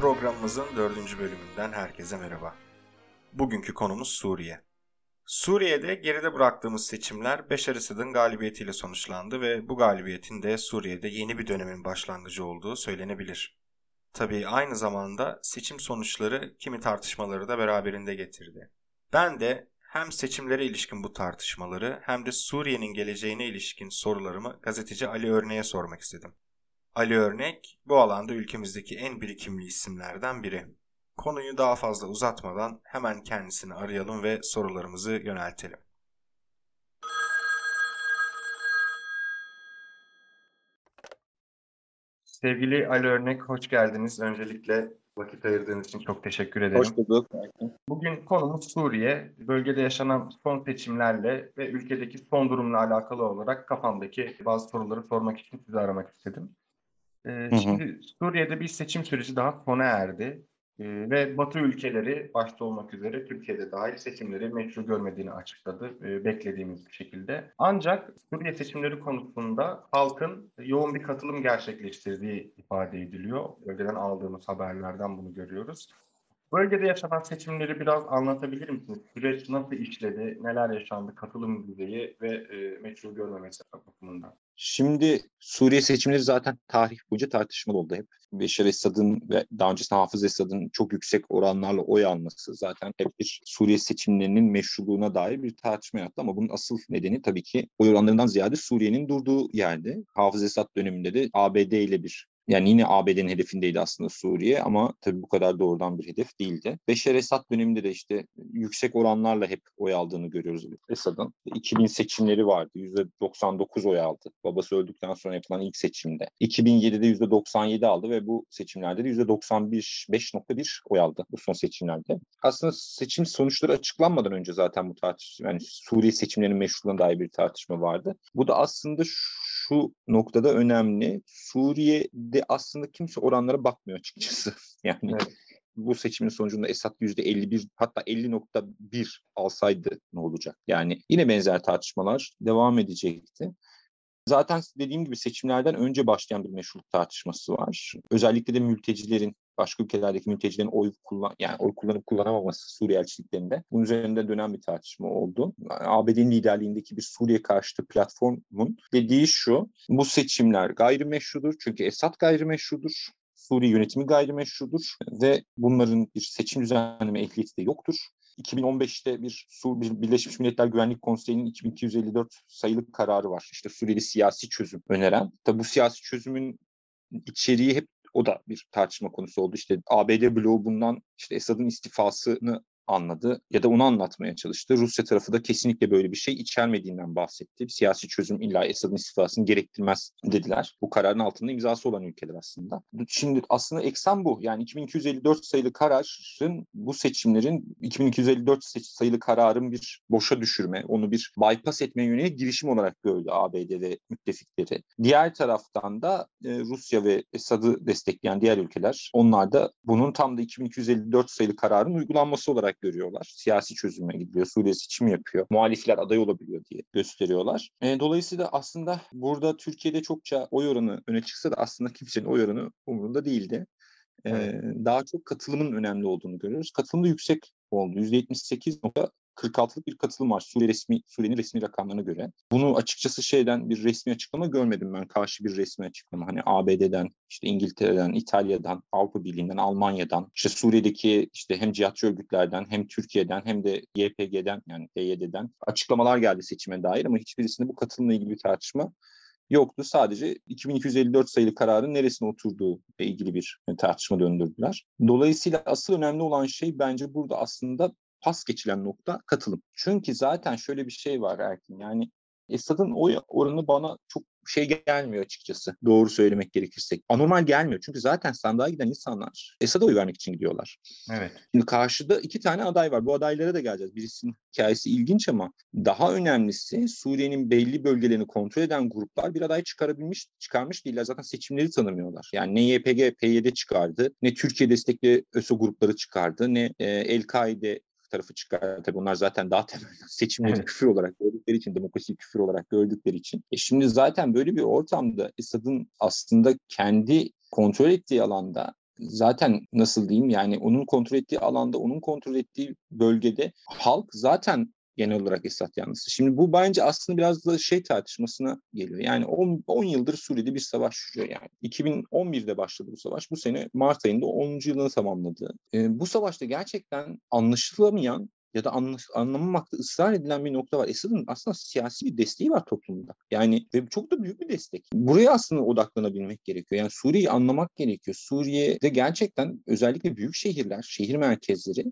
Programımızın 4. bölümünden herkese merhaba. Bugünkü konumuz Suriye. Suriye'de geride bıraktığımız seçimler Beşar Esad'ın galibiyetiyle sonuçlandı ve bu galibiyetin de Suriye'de yeni bir dönemin başlangıcı olduğu söylenebilir. Tabii aynı zamanda seçim sonuçları kimi tartışmaları da beraberinde getirdi. Ben de hem seçimlere ilişkin bu tartışmaları hem de Suriye'nin geleceğine ilişkin sorularımı gazeteci Ali Örneğe sormak istedim. Ali Örnek, bu alanda ülkemizdeki en birikimli isimlerden biri. Konuyu daha fazla uzatmadan hemen kendisini arayalım ve sorularımızı yöneltelim. Sevgili Ali Örnek, hoş geldiniz. Öncelikle vakit ayırdığınız için çok teşekkür ederim. Hoş bulduk. Bugün konumuz Suriye. Bölgede yaşanan son seçimlerle ve ülkedeki son durumla alakalı olarak kafamdaki bazı soruları sormak için sizi aramak istedim. Hı hı. Şimdi Suriye'de bir seçim süreci daha sona erdi. Ve Batı ülkeleri başta olmak üzere Türkiye'de dahil seçimleri meşru görmediğini açıkladı beklediğimiz bir şekilde. Ancak Suriye seçimleri konusunda halkın yoğun bir katılım gerçekleştirdiği ifade ediliyor. Bölgeden aldığımız haberlerden bunu görüyoruz. Bölgede yaşanan seçimleri biraz anlatabilir misiniz? Süreç nasıl işledi, neler yaşandı, katılım düzeyi ve meşru görmemesi bakımından? Şimdi Suriye seçimleri zaten tarih boyunca tartışmalı oldu hep. Beşar Esad'ın ve daha öncesinde Hafız Esad'ın çok yüksek oranlarla oy alması zaten hep bir Suriye seçimlerinin meşruluğuna dair bir tartışma yarattı. Ama bunun asıl nedeni tabii ki oy oranlarından ziyade Suriye'nin durduğu yerde. Hafız Esad döneminde de ABD ile yani yine ABD'nin hedefindeydi aslında Suriye ama tabii bu kadar doğrudan bir hedef değildi. Beşar Esad döneminde de işte yüksek oranlarla hep oy aldığını görüyoruz Esad'ın. 2000 seçimleri vardı. %99 oy aldı. Babası öldükten sonra yapılan ilk seçimde. 2007'de %97 aldı ve bu seçimlerde de %95.1 oy aldı bu son seçimlerde. Aslında seçim sonuçları açıklanmadan önce zaten bu tartışma, yani Suriye seçimlerinin meşruluğuna dair bir tartışma vardı. Bu da aslında şu noktada önemli. Suriye'de aslında kimse oranlara bakmıyor açıkçası. Yani Evet. bu seçimin sonucunda Esad %51 hatta 50.1 alsaydı ne olacak? Yani yine benzer tartışmalar devam edecekti. Zaten dediğim gibi seçimlerden önce başlayan bir meşruluk tartışması var. Özellikle de mültecilerin, başka ülkelerdeki mültecilerin oy kullanıp kullanamaması Suriye elçiliklerinde. Bunun üzerinde dönen bir tartışma oldu. ABD'nin liderliğindeki bir Suriye karşıtı platformun dediği şu: bu seçimler gayrimeşrudur çünkü Esad gayrimeşrudur. Suriye yönetimi gayrimeşrudur ve bunların bir seçim düzenleme ehliyeti de yoktur. 2015'te bir Birleşmiş Milletler Güvenlik Konseyi'nin 2254 sayılı kararı var. İşte Suriye'de siyasi çözüm öneren. Tabi bu siyasi çözümün içeriği hep o da bir tartışma konusu oldu. İşte ABD bloğu bundan işte Esad'ın istifasını anladı ya da onu anlatmaya çalıştı. Rusya tarafı da kesinlikle böyle bir şey içermediğinden bahsetti. Siyasi çözüm illa Esad'ın istifasını gerektirmez dediler. Bu kararın altında imzası olan ülkeler aslında. Şimdi aslında eksen bu. Yani 2254 sayılı kararın, bu seçimlerin 2254 sayılı kararın bir boşa düşürme, onu bir bypass etmeye yönelik girişim olarak gördü ABD ve müttefikleri. Diğer taraftan da Rusya ve Esad'ı destekleyen diğer ülkeler, onlar da bunun tam da 2254 sayılı kararın uygulanması olarak görüyorlar. Siyasi çözüme gidiyor, Suriye seçimi yapıyor, muhalifler aday olabiliyor diye gösteriyorlar. Dolayısıyla aslında burada Türkiye'de çokça oy oranı öne çıksa da aslında kimsenin oy oranı umurunda değildi. Evet. Daha çok katılımın önemli olduğunu görüyoruz. Katılım da yüksek oldu. %78.46'lık bir katılım var Suriye'nin resmi rakamlarına göre. Bunu açıkçası bir resmi açıklama görmedim ben. Karşı bir resmi açıklama. Hani ABD'den, işte İngiltere'den, İtalya'dan, Avrupa Birliği'nden, Almanya'dan, işte Suriye'deki işte hem cihatçı örgütlerden, hem Türkiye'den, hem de YPG'den, yani PYD'den açıklamalar geldi seçime dair ama hiçbirisinde bu katılımla ilgili bir tartışma yoktu. Sadece 2254 sayılı kararın neresine oturduğu ile ilgili bir tartışma döndürdüler. Dolayısıyla asıl önemli olan şey bence burada aslında pas geçilen nokta katılım. Çünkü zaten şöyle bir şey var Erkin, yani Esad'ın oy oranı bana çok gelmiyor açıkçası. Doğru söylemek gerekirse. Anormal gelmiyor. Çünkü zaten sandığa giden insanlar Esad'a oy vermek için gidiyorlar. Evet. Şimdi karşıda iki tane aday var. Bu adaylara da geleceğiz. Birisinin hikayesi ilginç ama daha önemlisi Suriye'nin belli bölgelerini kontrol eden gruplar bir aday çıkarmış değiller. Zaten seçimleri tanımıyorlar. Yani ne YPG, PYD çıkardı, ne Türkiye destekli ÖSO grupları çıkardı, ne El-Kaide tarafı çıkar. Tabii bunlar zaten daha temel seçimleri Evet. küfür olarak gördükleri için, demokrasiyi küfür olarak gördükleri için. Şimdi zaten böyle bir ortamda Esad'ın aslında kendi kontrol ettiği alanda zaten nasıl diyeyim, yani onun kontrol ettiği alanda, onun kontrol ettiği bölgede halk zaten genel olarak Esad yanlısı. Şimdi bu bence aslında biraz da tartışmasına geliyor. Yani 10 yıldır Suriye'de bir savaş sürüyor yani. 2011'de başladı bu savaş. Bu sene Mart ayında 10. yılını tamamladı. Bu savaşta gerçekten anlaşılamayan ya da anlamamakta ısrar edilen bir nokta var. Esad'ın aslında siyasi bir desteği var toplumda. Yani ve çok da büyük bir destek. Buraya aslında odaklanabilmek gerekiyor. Yani Suriye'yi anlamak gerekiyor. Suriye'de gerçekten özellikle büyük şehirler, şehir merkezleri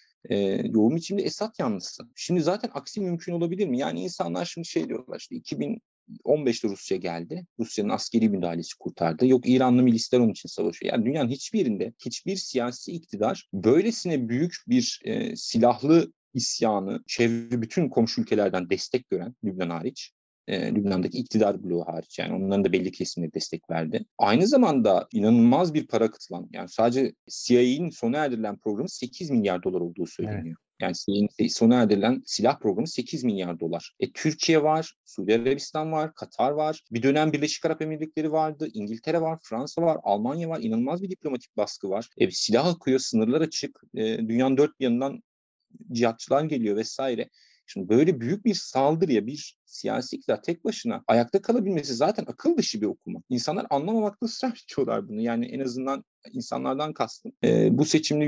yoğun biçimde Esad yanlısı. Şimdi zaten aksi mümkün olabilir mi? Yani insanlar şimdi diyorlar, işte 2015'te Rusya geldi. Rusya'nın askeri müdahalesi kurtardı. Yok, İranlı milisler onun için savaşıyor. Yani dünyanın hiçbir yerinde hiçbir siyasi iktidar böylesine büyük bir silahlı isyanı, çevre bütün komşu ülkelerden destek gören, Lübnan hariç, Lübnan'daki iktidar bloğu hariç, yani onların da belli kesimleri destek verdi. Aynı zamanda inanılmaz bir para katılan, yani sadece CIA'nin sona erdirilen programı 8 milyar dolar olduğu söyleniyor. Evet. Yani CIA'nin sona erdirilen silah programı 8 milyar dolar. Türkiye var, Suudi Arabistan var, Katar var. Bir dönem Birleşik Arap Emirlikleri vardı, İngiltere var, Fransa var, Almanya var. İnanılmaz bir diplomatik baskı var. Silah akıyor, sınırlar açık. Dünyanın dört bir yanından cihatçılar geliyor vesaire. Şimdi böyle büyük bir saldırıya bir siyasi iktidar tek başına ayakta kalabilmesi zaten akıl dışı bir okuma. İnsanlar anlamamakta ısrar ediyorlar bunu. Yani en azından insanlardan kastım. Bu seçimde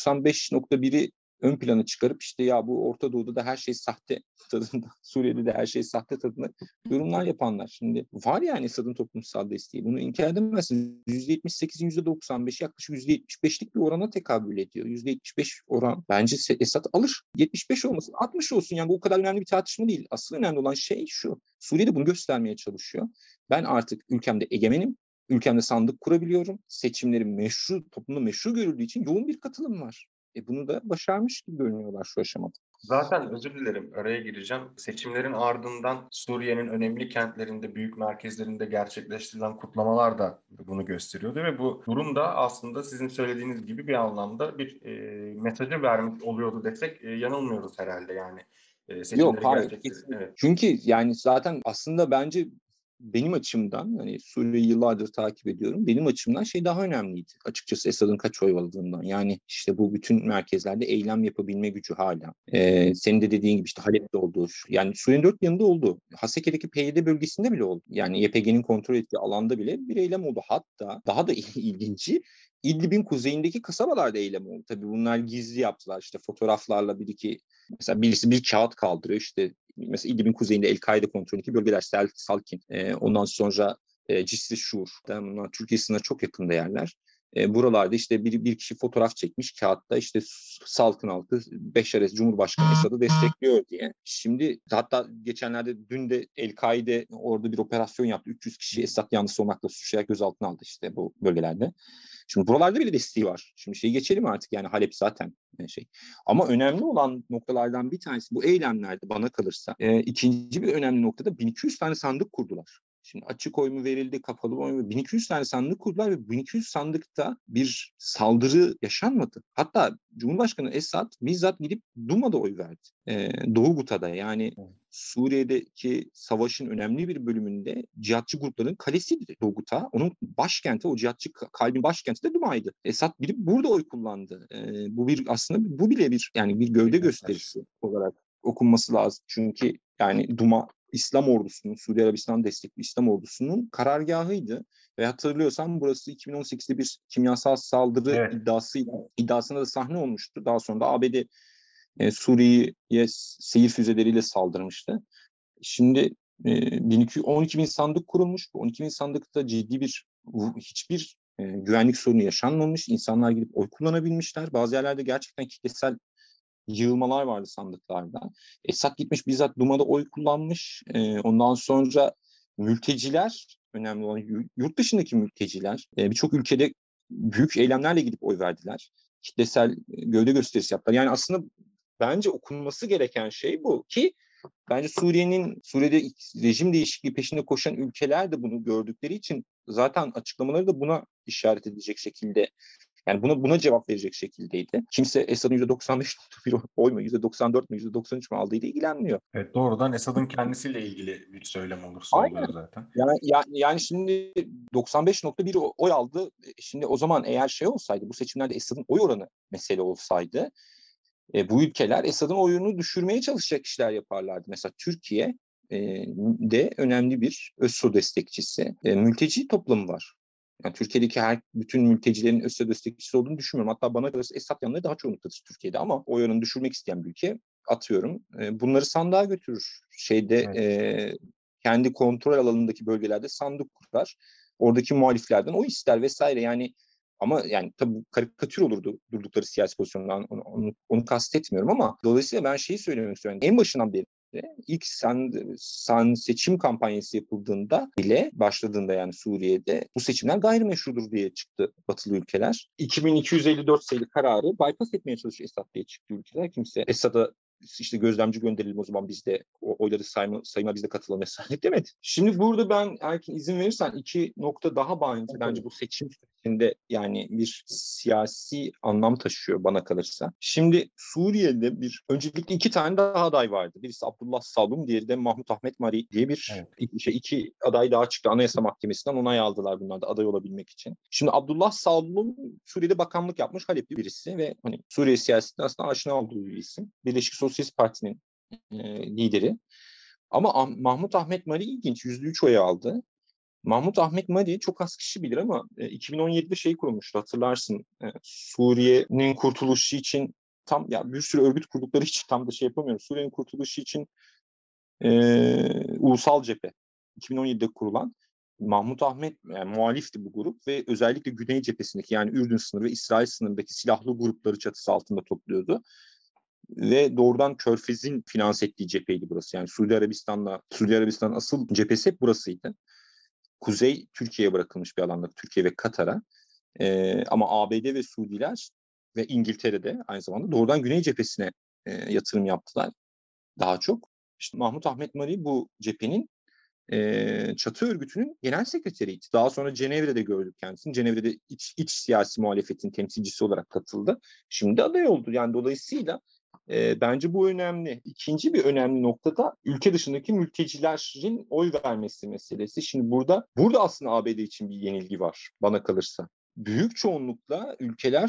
%95.1'i ön plana çıkarıp işte ya bu Orta Doğu'da da her şey sahte tadında, Suriye'de de her şey sahte tadında yorumlar yapanlar. Şimdi var yani Esad'ın toplumsal desteği. Bunu inkar edemezsiniz. %78'in %95'i yaklaşık %75'lik bir orana tekabül ediyor. %75 oran bence Esad alır. 75 olmasın, 60 olsun, yani bu o kadar önemli bir tartışma değil. Asıl önemli olan şey şu. Suriye'de bunu göstermeye çalışıyor. Ben artık ülkemde egemenim. Ülkemde sandık kurabiliyorum. Seçimlerin meşru, toplumda meşru görüldüğü için yoğun bir katılım var. Bunu da başarmış gibi görünüyorlar şu aşamada. Zaten özür dilerim, araya gireceğim. Seçimlerin ardından Suriye'nin önemli kentlerinde, büyük merkezlerinde gerçekleştirilen kutlamalar da bunu gösteriyordu ve bu durum da aslında sizin söylediğiniz gibi bir anlamda bir mesajı vermiş oluyordu desek yanılmıyoruz herhalde yani. Yok, Seçimlerin hayır, gerçekleştirilmesi. kesinlikle. Evet. Çünkü yani zaten aslında bence benim açımdan, hani Suriye'yi yıllardır takip ediyorum. Benim açımdan daha önemliydi açıkçası Esad'ın kaç oy aldığından. Yani işte bu bütün merkezlerde eylem yapabilme gücü hala. Senin de dediğin gibi işte Halep'te oldu. Yani Suriye'nin dört yanında oldu. Haseke'deki PYD bölgesinde bile oldu. Yani YPG'nin kontrol ettiği alanda bile bir eylem oldu. Hatta daha da ilginci, İdlib'in kuzeyindeki kasabalarda eylem oldu. Tabii bunlar gizli yaptılar. İşte fotoğraflarla bir iki, mesela birisi bir kağıt kaldırıyor. İşte mesela İdlib'in kuzeyinde El-Kaide kontrolündeki bölgeler, Salkin. Ondan sonra Cisri Şur. Bunlar Türkiye sınırına çok yakında yerler. Buralarda işte bir kişi fotoğraf çekmiş kağıtta, işte Salkın halkı Beşar Cumhurbaşkanı Esad'ı destekliyor diye. Şimdi hatta geçenlerde dün de El-Kaide orada bir operasyon yaptı. 300 kişi Esad yanlısı olmakla suçlayarak gözaltına aldı işte bu bölgelerde. Şimdi buralarda bile desteği var. Şimdi geçelim artık, yani Halep zaten şey. Ama önemli olan noktalardan bir tanesi bu eylemlerde bana kalırsa. İkinci bir önemli noktada 1200 tane sandık kurdular. Şimdi açık oy mu verildi, kapalı oy mu? 1200 tane sandık kurdular ve 1200 sandıkta bir saldırı yaşanmadı. Hatta Cumhurbaşkanı Esad bizzat gidip Duma'da oy verdi. Doğu Guta'da, yani Suriye'deki savaşın önemli bir bölümünde cihatçı grupların kalesiydi Doğu Guta. Onun başkenti, o cihatçı kalbin başkenti de Duma'ydı. Esad gidip burada oy kullandı. Bu bir aslında bu bile bir, yani bir gövde gösterisi olarak okunması lazım. Çünkü yani Duma İslam ordusunun, Suudi Arabistan destekli İslam ordusunun karargahıydı. Ve hatırlıyorsan burası 2018'de bir kimyasal saldırı iddiasına da sahne olmuştu. Daha sonra da ABD Suriye'ye seyir füzeleriyle saldırmıştı. Şimdi 12 bin sandık kurulmuş. Bu 12 bin sandıkta ciddi bir, hiçbir güvenlik sorunu yaşanmamış. İnsanlar gidip oy kullanabilmişler. Bazı yerlerde gerçekten kitlesel yığılmalar vardı sandıklarda. Esad gitmiş bizzat Duma'da oy kullanmış. Ondan sonra mülteciler, önemli olan yurt dışındaki mülteciler birçok ülkede büyük eylemlerle gidip oy verdiler. Kitlesel gövde gösterisi yaptılar. Yani aslında bence okunması gereken şey bu ki bence Suriye'de rejim değişikliği peşinde koşan ülkeler de bunu gördükleri için zaten açıklamaları da buna işaret edecek şekilde Yani buna cevap verecek şekildeydi. Kimse Esad'ın %95.1 oy mu, %94 mü, %93 mü aldığıyla ilgilenmiyor. Evet, doğrudan Esad'ın kendisiyle ilgili bir söylem olursa oluyor Aynen. zaten. Yani şimdi 95.1 oy aldı. Şimdi o zaman eğer şey olsaydı, bu seçimlerde Esad'ın oy oranı mesele olsaydı, bu ülkeler Esad'ın oyunu düşürmeye çalışacak işler yaparlardı. Mesela Türkiye de önemli bir ÖSO destekçisi. Mülteci toplumu var. Yani Türkiye'deki bütün mültecilerin ÖSO destekçisi olduğunu düşünmüyorum. Hatta bana kalırsa Esad yanları daha çoğunluktadır Türkiye'de, ama o oranı düşürmek isteyen bir ülke, atıyorum, bunları sandığa götürür. Evet. Kendi kontrol alanındaki bölgelerde sandık kurar. Oradaki muhaliflerden oy ister vesaire. Yani ama yani tabii bu karikatür olurdu durdukları siyasi pozisyondan, onu kastetmiyorum, ama dolayısıyla ben şeyi söylemek istiyorum. En başından beri ilk sen seçim kampanyası yapıldığında bile, başladığında yani Suriye'de, bu seçimler gayrimeşrudur diye çıktı batılı ülkeler. 2254 sayılı kararı bypass etmeye çalışıyor Esad diye çıktı ülkeler. Kimse Esad'a işte gözlemci gönderelim, o zaman biz de o oyları sayma biz de katılalım vesaire demedi. Şimdi burada ben, Erkin, izin verirsen, iki nokta daha bariz bence bu seçim sürecinde, yani bir siyasi anlam taşıyor bana kalırsa. Şimdi Suriye'de öncelikle iki tane daha aday vardı. Birisi Abdullah Salum, diğeri de Mahmut Ahmet Mari diye Evet. iki aday daha çıktı. Anayasa Mahkemesi'nden onay aldılar bunlar da aday olabilmek için. Şimdi Abdullah Salum Suriye'de bakanlık yapmış Halepli birisi ve hani Suriye siyasetine aslında aşina olduğu bir isim. Birleşik Sosyalist Parti'nin lideri. Ama Mahmut Ahmet Mari ilginç, %3 oy aldı. Mahmut Ahmet Mari çok az kişi bilir ama 2017'de şey kurulmuştu, hatırlarsın. Suriye'nin kurtuluşu için, tam ya bir sürü örgüt kurdukları için tam da şey yapamıyorum. Suriye'nin kurtuluşu için Ulusal Cephe 2017'de kurulan, Mahmut Ahmet, yani muhalifti bu grup ve özellikle Güney cephesindeki, yani Ürdün sınırı ve İsrail sınırındaki silahlı grupları çatısı altında topluyordu. Ve doğrudan Körfez'in finanse ettiği cepheydi burası. Yani Suudi Arabistan'ın asıl cephesi hep burasıydı. Kuzey Türkiye'ye bırakılmış bir alanda, Türkiye ve Katar'a. Ama ABD ve Suudiler ve İngiltere'de aynı zamanda doğrudan Güney cephesine yatırım yaptılar daha çok. İşte Mahmut Ahmet Mari bu cephenin çatı örgütünün genel sekreteriydi. Daha sonra Cenevre'de gördük kendisini. Cenevre'de iç siyasi muhalefetin temsilcisi olarak katıldı. Şimdi aday oldu. Yani dolayısıyla bence bu önemli. İkinci bir önemli nokta da ülke dışındaki mültecilerin oy vermesi meselesi. Şimdi burada aslında ABD için bir yenilgi var bana kalırsa. Büyük çoğunlukla ülkeler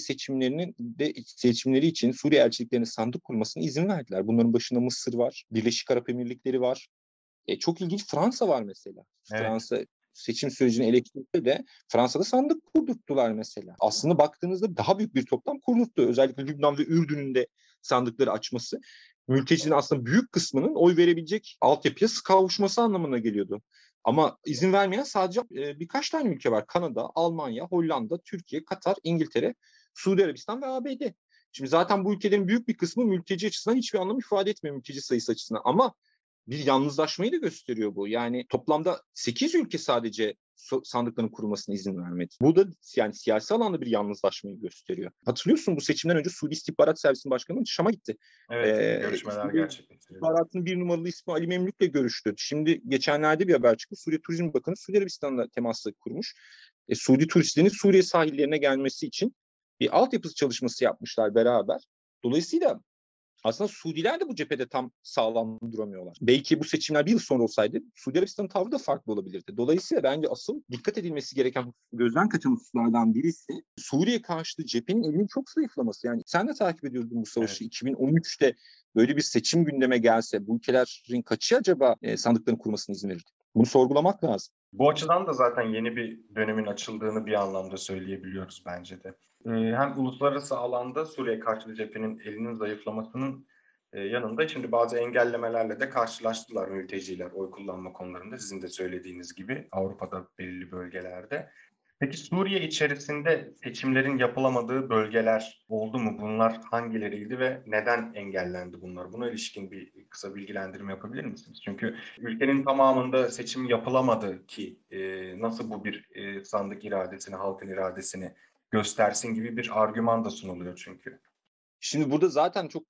seçimleri için Suriye elçiliklerine sandık kurmasına izin verdiler. Bunların başında Mısır var, Birleşik Arap Emirlikleri var. Çok ilginç, Fransa var mesela. Evet. Fransa seçim sürecini eleştirse de Fransa'da sandık kurdurttular mesela. Aslında baktığınızda daha büyük bir toplam kurdurttu. Özellikle Lübnan ve Ürdün'ün de sandıkları açması, mültecinin aslında büyük kısmının oy verebilecek altyapıya kavuşması anlamına geliyordu. Ama izin vermeyen sadece birkaç tane ülke var. Kanada, Almanya, Hollanda, Türkiye, Katar, İngiltere, Suudi Arabistan ve ABD. Şimdi zaten bu ülkelerin büyük bir kısmı mülteci açısından hiçbir anlam ifade etmiyor, mülteci sayısı açısından. Ama bir yalnızlaşmayı da gösteriyor bu. Yani toplamda 8 ülke sadece sandıkların kurulmasına izin vermedi. Bu da yani siyasi alanda bir yalnızlaşmayı gösteriyor. Hatırlıyorsun, bu seçimden önce Suudi İstihbarat Servisi'nin başkanı Şam'a gitti. Evet. Görüşmeler gerçekleştirildi. İstihbaratın bir numaralı ismi Ali Memlük'le görüştü. Şimdi geçenlerde bir haber çıktı. Suriye Turizm Bakanı Suudi Arabistan'la temasla kurmuş. Suudi turistlerin Suriye sahillerine gelmesi için bir altyapı çalışması yapmışlar beraber. Dolayısıyla aslında Suudiler de bu cephede tam sağlam duramıyorlar. Belki bu seçimler bir yıl sonra olsaydı Suudi Arabistan'ın tavrı da farklı olabilirdi. Dolayısıyla bence asıl dikkat edilmesi gereken, gözden kaçan hususlardan birisi Suriye karşıtı cephenin elinin çok zayıflaması. Yani sen de takip ediyordun bu Evet. savaşı. 2013'te böyle bir seçim gündeme gelse bu ülkelerin kaçı acaba sandıkların kurmasına izin verirdi? Bunu sorgulamak lazım. Bu açıdan da zaten yeni bir dönemin açıldığını bir anlamda söyleyebiliyoruz bence de. Hem uluslararası alanda Suriye karşıtı cephenin elinin zayıflamasının yanında şimdi bazı engellemelerle de karşılaştılar mülteciler oy kullanma konularında, sizin de söylediğiniz gibi Avrupa'da belirli bölgelerde. Peki Suriye içerisinde seçimlerin yapılamadığı bölgeler oldu mu? Bunlar hangileriydi ve neden engellendi bunlar? Buna ilişkin bir kısa bilgilendirme yapabilir misiniz? Çünkü ülkenin tamamında seçim yapılamadı ki nasıl bu bir sandık iradesini, halkın iradesini göstersin gibi bir argüman da sunuluyor çünkü. Şimdi burada zaten çok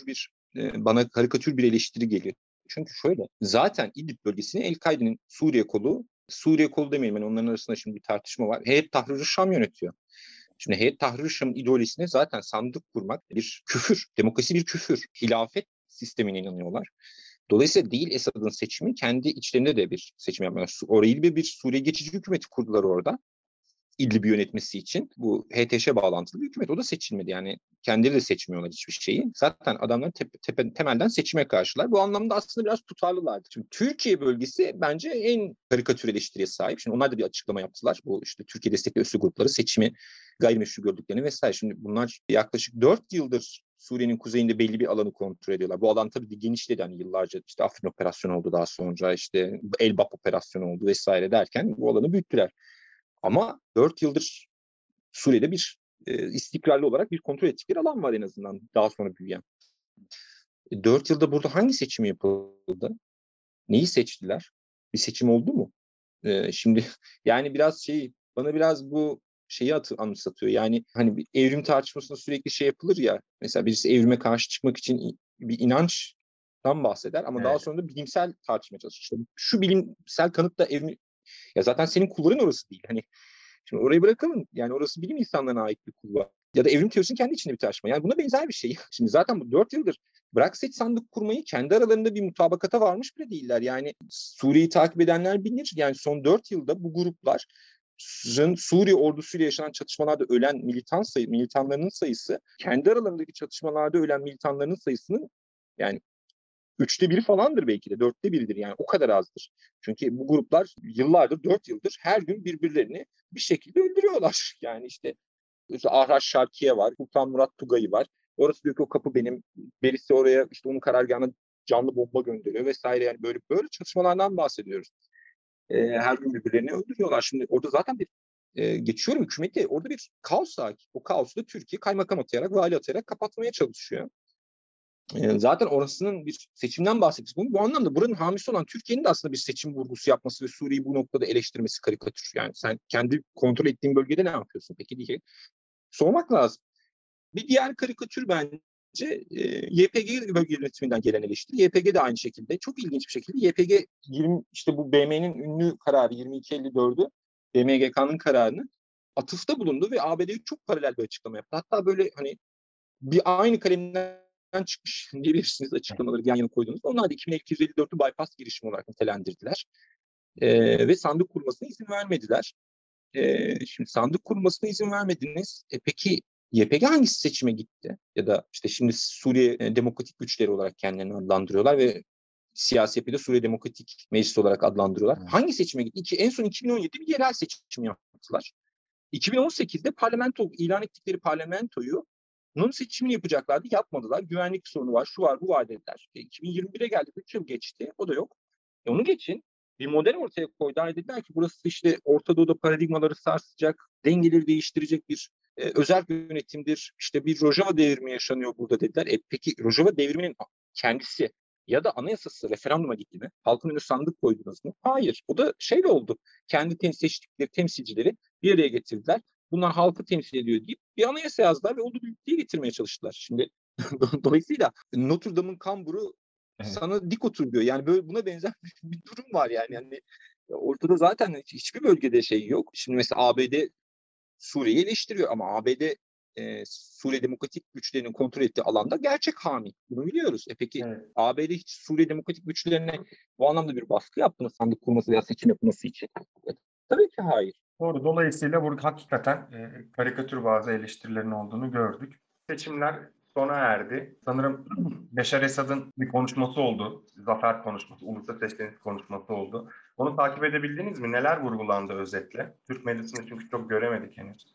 bana karikatür bir eleştiri geliyor. Çünkü şöyle, zaten İdlib bölgesini El-Kaide'nin Suriye kolu demeyelim, yani onların arasında şimdi bir tartışma var. Heyet Tahrir Şam yönetiyor. Şimdi Heyet Tahrir Şam'ın ideolojisine zaten sandık kurmak bir küfür. Demokrasi bir küfür. Hilafet sistemine inanıyorlar. Dolayısıyla değil Esad'ın seçimi, kendi içlerinde de bir seçim yapmıyorlar. Orayı bir Suriye geçici hükümeti kurdular orada. İdlib'i yönetmesi için. Bu HTŞ bağlantılı bir hükümet. O da seçilmedi. Yani kendileri de seçmiyorlar hiçbir şeyi. Zaten adamlar temelden seçime karşılar. Bu anlamda aslında biraz tutarlılardı. Şimdi Türkiye bölgesi bence en karikatür eleştiriye sahip. Şimdi onlar da bir açıklama yaptılar. Bu işte Türkiye destekli üssü grupları seçimi gayrimeşru gördüklerini vesaire. Şimdi bunlar yaklaşık 4 yıldır Suriye'nin kuzeyinde belli bir alanı kontrol ediyorlar. Bu alan tabii genişledi hani yıllarca. İşte Afrin operasyonu oldu, daha sonra işte Elbap operasyonu oldu vesaire derken bu alanı büyüttüler. Ama 4 yıldır Suriye'de bir istikrarlı olarak bir kontrol ettikleri alan var en azından daha sonra büyüyen. 4 yılda burada hangi seçim yapıldı? Neyi seçtiler? Bir seçim oldu mu? Şimdi yani biraz bana biraz bu şeyi anımsatıyor. Yani hani bir evrim tartışmasında sürekli şey yapılır ya. Mesela birisi evrime karşı çıkmak için bir inançtan bahseder ama daha Evet. sonra da bilimsel tartışmaya çalışır. İşte şu bilimsel kanıt da evrim, ya zaten senin kulların orası değil. Hani şimdi orayı bırakalım. Yani orası bilim insanlarına ait bir kulvar. Ya da evrim teorisinin kendi içinde bir tartışma. Yani buna benzer bir şey. Şimdi zaten bu 4 yıldır bırak seç sandık kurmayı kendi aralarında bir mutabakata varmış bile değiller. Yani Suriye'yi takip edenler bilir. Yani son 4 yılda bu gruplar Suriye ordusuyla yaşanan çatışmalarda ölen militanlarının sayısı kendi aralarındaki çatışmalarda ölen militanların sayısının yani 1/3 falandır belki de 1/4'dir yani o kadar azdır. Çünkü bu gruplar yıllardır 4 yıldır her gün birbirlerini bir şekilde öldürüyorlar. Yani işte Ahraş Şarkiye var, Sultan Murat Tugay'ı var. Orası diyor ki o kapı benim. Birisi oraya işte onun karargahına canlı bomba gönderiyor vesaire yani böyle çatışmalardan bahsediyoruz. Her gün birbirlerini öldürüyorlar. Şimdi orada zaten geçiyorum hükümeti orada bir kaos hakim. O kaosu da Türkiye kaymakam atayarak, vali atayarak kapatmaya çalışıyor. Zaten orasının bir seçimden bahsettik. Bu anlamda buranın hamisi olan Türkiye'nin de aslında bir seçim vurgusu yapması ve Suriye'yi bu noktada eleştirmesi karikatür. Yani sen kendi kontrol ettiğin bölgede ne yapıyorsun peki diye sormak lazım. Bir diğer karikatür bence YPG bölge yönetiminden gelen eleştiri. YPG de aynı şekilde. Çok ilginç bir şekilde YPG işte bu BM'nin ünlü kararı 2254'ü BMGK'nın kararını atıfta bulundu ve ABD'ye çok paralel bir açıklama yaptı. Hatta böyle hani bir aynı kalemden çıkmış diyebilirsiniz açıklamaları yan yana koyduğunuz. Onlar da 2254'ü bypass girişimi olarak nitelendirdiler. Ve sandık kurmasına izin vermediler. Şimdi sandık kurmasına izin vermediniz. Peki YPG hangisi seçime gitti? Ya da işte şimdi Suriye Demokratik Güçleri olarak kendilerini adlandırıyorlar ve siyasi yapıyı da Suriye Demokratik Meclisi olarak adlandırıyorlar. Evet. Hangi seçime gitti? En son 2017'de bir yerel seçim yaptılar. 2018'de parlamento ilan ettikleri parlamentoyu bunun seçimini yapacaklardı. Yapmadılar. Güvenlik sorunu var, şu var, bu var dediler. 2021'e geldik. 3 yıl geçti. O da yok. Onu geçin. Bir model ortaya koydular. Dediler ki burası işte Orta Doğu'da paradigmaları sarsacak, dengeleri değiştirecek bir özel yönetimdir. İşte bir Rojava devrimi yaşanıyor burada dediler. Peki Rojava devriminin kendisi ya da anayasası referanduma gitti mi? Halkın önüne sandık koydunuz mu? Hayır. O da şeyle oldu. Kendi seçtikleri temsilcileri bir araya getirdiler. Bunlar halkı temsil ediyor deyip bir anayasa yazdılar ve onu birlikteye getirmeye çalıştılar. Şimdi dolayısıyla Notre Dame'ın kamburu sana dik oturuyor. Yani böyle buna benzer bir durum var yani ortada zaten hiçbir bölgede şey yok. Şimdi mesela ABD Suriye'yi eleştiriyor ama ABD Suriye Demokratik Güçlerinin kontrol ettiği alanda gerçek hami. Bunu biliyoruz. Peki evet. ABD hiç Suriye Demokratik Güçlerine bu anlamda bir baskı yaptı mı sandık kurması veya seçim yapması için? Tabii ki hayır. Doğru. Dolayısıyla burada hakikaten karikatür bazı eleştirilerin olduğunu gördük. Seçimler sona erdi. Sanırım Beşar Esad'ın bir konuşması oldu. Zafer konuşması, ulusal seçmenin konuşması oldu. Onu takip edebildiniz mi? Neler vurgulandı özetle? Türk medyasını çünkü çok göremedik henüz.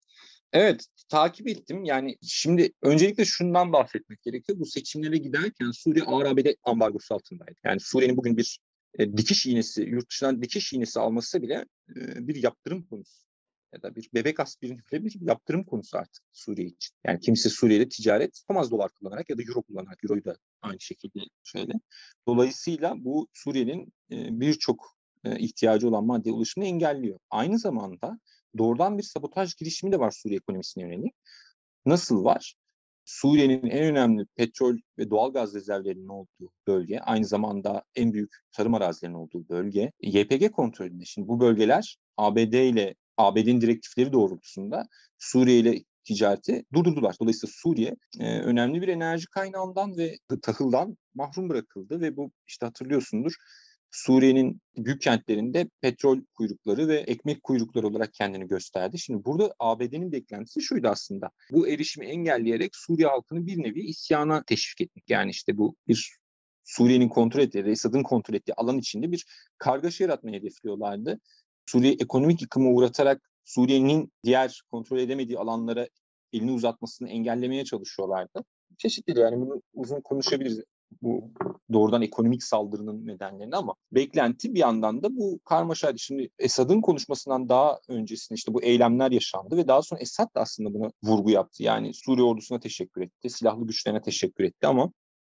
Evet, takip ettim. Yani şimdi öncelikle şundan bahsetmek gerekiyor. Bu seçimlere giderken Suriye ağır ABD ambargosu altındaydı. Yani Suriye'nin bugün bir dikiş iğnesi, yurt dışından dikiş iğnesi alması bile bir yaptırım konusu. Ya da bir bebek aspirini bile bir yaptırım konusu artık Suriye için. Yani kimse Suriye'de ticaret yapamaz dolar kullanarak ya da euro kullanarak. Euroyu da aynı şekilde şöyle. Dolayısıyla bu Suriye'nin birçok ihtiyacı olan maddeye ulaşımını engelliyor. Aynı zamanda doğrudan bir sabotaj girişimi de var Suriye ekonomisine yönelik. Nasıl var? Suriye'nin en önemli petrol ve doğalgaz rezervlerinin olduğu bölge, aynı zamanda en büyük tarım arazilerinin olduğu bölge YPG kontrolünde. Şimdi bu bölgeler ABD ile ABD'nin direktifleri doğrultusunda Suriye ile ticareti durdurdular. Dolayısıyla Suriye önemli bir enerji kaynağından ve tahıldan mahrum bırakıldı ve bu işte hatırlıyorsundur Suriye'nin büyük kentlerinde petrol kuyrukları ve ekmek kuyrukları olarak kendini gösterdi. Şimdi burada ABD'nin beklentisi şuydu aslında. Bu erişimi engelleyerek Suriye halkını bir nevi isyana teşvik etmek. Yani işte bu bir Suriye'nin kontrol ettiği, Esad'ın kontrol ettiği alan içinde bir kargaşa yaratmayı hedefliyorlardı. Suriye ekonomik yıkıma uğratarak Suriye'nin diğer kontrol edemediği alanlara elini uzatmasını engellemeye çalışıyorlardı. Çeşitli yani bunu uzun konuşabiliriz bu doğrudan ekonomik saldırının nedenlerini ama beklenti bir yandan da bu karmaşaydı. Şimdi Esad'ın konuşmasından daha öncesinde işte bu eylemler yaşandı ve daha sonra Esad da aslında buna vurgu yaptı. Yani Suriye ordusuna teşekkür etti, silahlı güçlerine teşekkür etti ama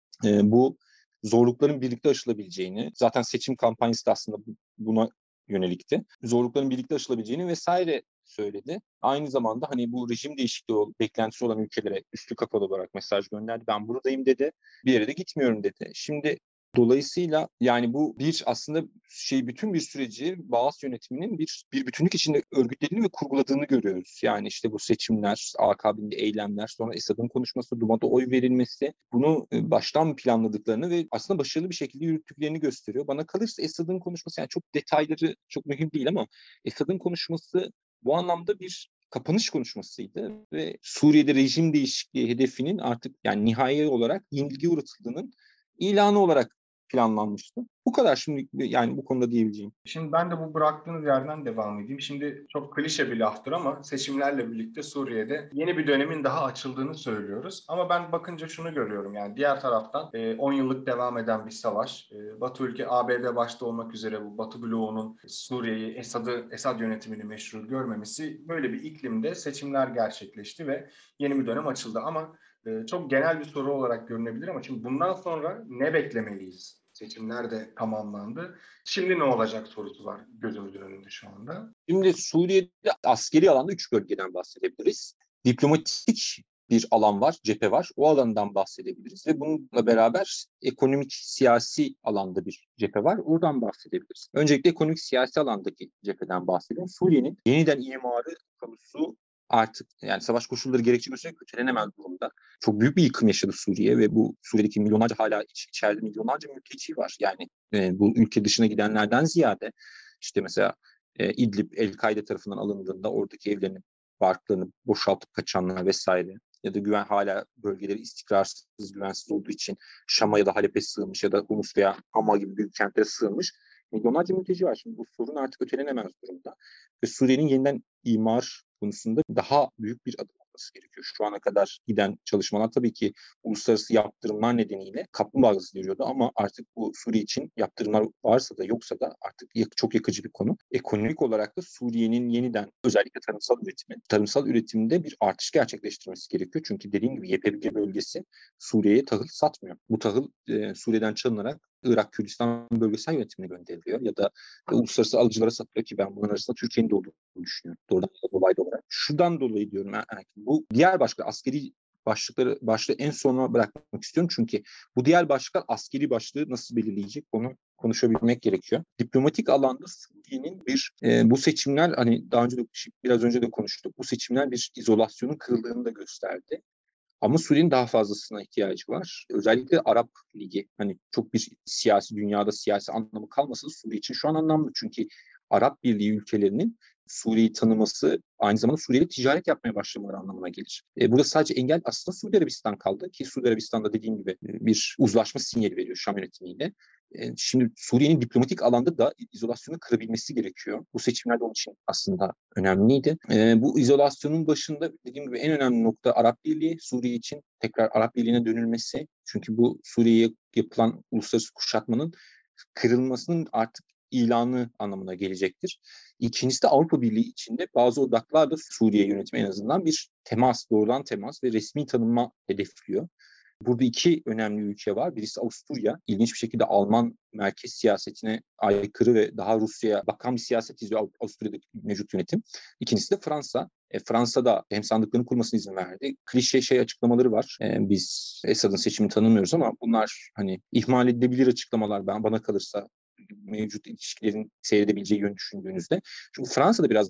bu zorlukların birlikte aşılabileceğini, zaten seçim kampanyası da aslında buna yönelikti. Zorlukların birlikte aşılabileceğini vesaire söyledi. Aynı zamanda hani bu rejim değişikliği beklentisi olan ülkelere üstü kapalı olarak mesaj gönderdi. Ben buradayım dedi. Bir yere de gitmiyorum dedi. Şimdi dolayısıyla yani bu bir aslında bütün bir süreci Baas yönetiminin bir bütünlük içinde örgütlediğini ve kurguladığını görüyoruz. Yani işte bu seçimler, akabinde eylemler, sonra Esad'ın konuşması, Duma'da oy verilmesi bunu baştan planladıklarını ve aslında başarılı bir şekilde yürüttüklerini gösteriyor. Bana kalırsa Esad'ın konuşması yani çok detayları çok mühim değil ama Esad'ın konuşması bu anlamda bir kapanış konuşmasıydı ve Suriye'de rejim değişikliği hedefinin artık yani nihai olarak yenilgiye uğratıldığının ilanı olarak planlanmıştı. Bu kadar şimdi yani bu konuda diyebileceğim. Şimdi ben de bu bıraktığınız yerden devam edeyim. Şimdi çok klişe bir laftır ama seçimlerle birlikte Suriye'de yeni bir dönemin daha açıldığını söylüyoruz. Ama ben bakınca şunu görüyorum yani diğer taraftan 10 yıllık devam eden bir savaş. Batı ülke ABD başta olmak üzere bu Batı bloğunun Suriye'yi Esad yönetimini meşru görmemesi böyle bir iklimde seçimler gerçekleşti ve yeni bir dönem açıldı. Ama çok genel bir soru olarak görünebilir ama şimdi bundan sonra ne beklemeliyiz? Seçimler de tamamlandı. Şimdi ne olacak sorusu var gözümüzün önünde şu anda. Şimdi Suriye'de askeri alanda 3 bölgeden bahsedebiliriz. Diplomatik bir alan var, cephe var. O alandan bahsedebiliriz ve bununla beraber ekonomik, siyasi alanda bir cephe var. Oradan bahsedebiliriz. Öncelikle ekonomik, siyasi alandaki cepheden bahsedelim. Suriye'nin yeniden imarı konusu artık yani savaş koşulları gerekçe göstererek ötelenemez durumda. Çok büyük bir yıkım yaşadı Suriye ve bu Suriye'deki milyonlarca hala içeride milyonlarca mülteci var. Yani bu ülke dışına gidenlerden ziyade işte mesela İdlib El-Kaide tarafından alındığında oradaki evlerini, barklarını boşaltıp kaçanlar vesaire ya da hala bölgeleri istikrarsız, güvensiz olduğu için Şam'a ya da Halep'e sığınmış ya da Humus veya Hama gibi büyük kentlere sığınmış milyonlarca mülteci var. Şimdi bu sorun artık ötelenemez durumda. Ve Suriye'nin yeniden imar konusunda daha büyük bir adım atması gerekiyor. Şu ana kadar giden çalışmalar tabii ki uluslararası yaptırımlar nedeniyle kaplumbağa hızı veriyordu ama artık bu Suriye için yaptırımlar varsa da yoksa da artık çok yakıcı bir konu. Ekonomik olarak da Suriye'nin yeniden özellikle tarımsal üretimde bir artış gerçekleştirmesi gerekiyor. Çünkü dediğim gibi YPG bölgesi Suriye'ye tahıl satmıyor. Bu tahıl Suriye'den çalınarak Irak Kürdistan bölgesel yönetimine gönderiliyor ya da uluslararası alıcılara satılıyor ki ben bunların arasında Türkiye'nin de olduğunu düşünüyorum. Doğrudan ya da dolaylı olarak. Şuradan dolayı diyorum bu diğer askeri başlığı en sona bırakmak istiyorum. Çünkü bu diğer başlıklar askeri başlığı nasıl belirleyecek onu konuşabilmek gerekiyor. Diplomatik alanda Suriye'nin bu seçimler hani biraz önce de konuştuk. Bu seçimler bir izolasyonun kırıldığını da gösterdi. Ama Suriye'nin daha fazlasına ihtiyacı var. Özellikle Arap Ligi hani çok bir dünyada siyasi anlamı kalmasa da Suriye için şu an anlamlı. Çünkü Arap Birliği ülkelerinin Suriye'yi tanıması aynı zamanda Suriye'yle ticaret yapmaya başlamaları anlamına gelir. Burada sadece engel aslında Suudi Arabistan kaldı ki Suudi Arabistan'da dediğim gibi bir uzlaşma sinyali veriyor Şam yönetimiyle. Şimdi Suriye'nin diplomatik alanda da izolasyonu kırabilmesi gerekiyor. Bu seçimler de onun için aslında önemliydi. Bu izolasyonun başında dediğim gibi en önemli nokta Arap Birliği. Suriye için tekrar Arap Birliği'ne dönülmesi. Çünkü bu Suriye'ye yapılan uluslararası kuşatmanın kırılmasının artık ilanı anlamına gelecektir. İkincisi de Avrupa Birliği içinde bazı odaklarla Suriye yönetimi en azından bir doğrudan temas ve resmi tanınma hedefliyor. Burada iki önemli ülke var. Birisi Avusturya. İlginç bir şekilde Alman merkez siyasetine aykırı ve daha Rusya'ya bakan bir siyaset izliyor Avusturya'daki mevcut yönetim. İkincisi de Fransa. Fransa'da hem sandıklarını kurmasına izin verdi. Klişe açıklamaları var. Biz Esad'ın seçimini tanımıyoruz ama bunlar hani ihmal edilebilir açıklamalar bana kalırsa mevcut ilişkilerin seyredebileceği yönü düşündüğünüzde. Çünkü Fransa'da biraz daha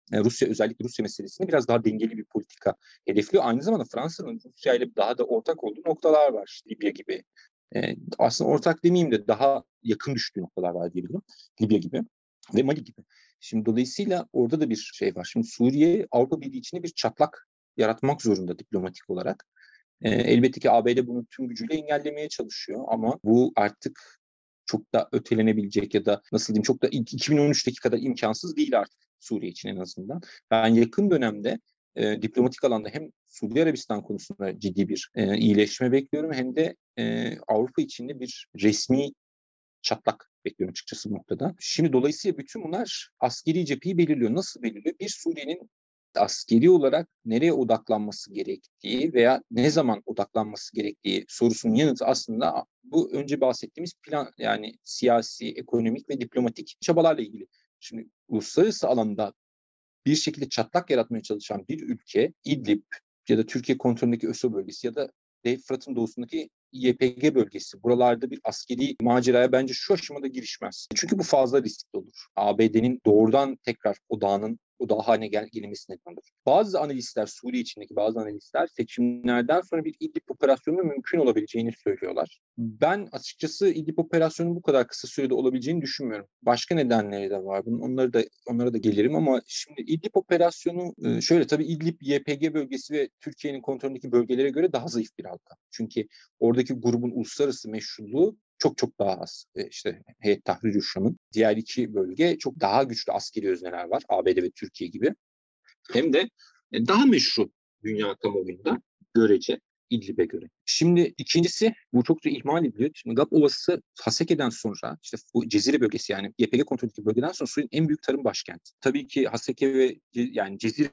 Rusya, özellikle Rusya meselesinde biraz daha dengeli bir politika hedefliyor. Aynı zamanda Fransa'nın Rusya ile daha da ortak olduğu noktalar var. İşte Libya gibi. Aslında ortak demeyeyim de daha yakın düştüğü noktalar var diyebilirim. Libya gibi ve Mali gibi. Şimdi dolayısıyla orada da bir şey var. Şimdi Suriye Avrupa Birliği içinde bir çatlak yaratmak zorunda diplomatik olarak. Elbette ki ABD bunu tüm gücüyle engellemeye çalışıyor ama bu artık çok da ötelenebilecek ya da nasıl diyeyim çok da 2013'teki kadar imkansız değil artık Suriye için en azından. Ben yakın dönemde diplomatik alanda hem Suudi Arabistan konusunda ciddi bir iyileşme bekliyorum hem de Avrupa içinde bir resmi çatlak bekliyorum açıkçası bu noktada. Şimdi dolayısıyla bütün bunlar askeri cepheyi belirliyor. Nasıl belirliyor? Bir Suriye'nin askeri olarak nereye odaklanması gerektiği veya ne zaman odaklanması gerektiği sorusunun yanıtı aslında bu önce bahsettiğimiz plan, yani siyasi, ekonomik ve diplomatik çabalarla ilgili. Şimdi uluslararası alanda bir şekilde çatlak yaratmaya çalışan bir ülke İdlib ya da Türkiye kontrolündeki ÖSO bölgesi ya da Fırat'ın doğusundaki YPG bölgesi. Buralarda bir askeri maceraya bence şu aşamada girişmez. Çünkü bu fazla riskli olur. ABD'nin doğrudan tekrar odağı haline gelmesi neden olur. Bazı analistler, Suriye içindeki bazı analistler seçimlerden sonra bir İdlib operasyonunun mümkün olabileceğini söylüyorlar. Ben açıkçası İdlib operasyonunun bu kadar kısa sürede olabileceğini düşünmüyorum. Başka nedenleri de var. Onlara da gelirim ama şimdi İdlib operasyonu şöyle, tabii İdlib, YPG bölgesi ve Türkiye'nin kontrolündeki bölgelere göre daha zayıf bir halka. Çünkü oradaki grubun uluslararası meşruluğu çok çok daha az. İşte Heyet Tahrir Şam'ın diğer iki bölge çok daha güçlü askeri özneler var. ABD ve Türkiye gibi. Hem de daha meşru dünya kamuoyunda görece İdlib'e göre. Şimdi ikincisi, bu çok da ihmal ediliyor. Şimdi Gap Ovası Haseke'den sonra işte bu Cezire bölgesi, yani YPG kontrolündeki bölgeden sonra Suriye'nin en büyük tarım başkenti. Tabii ki Haseke ve yani Cezire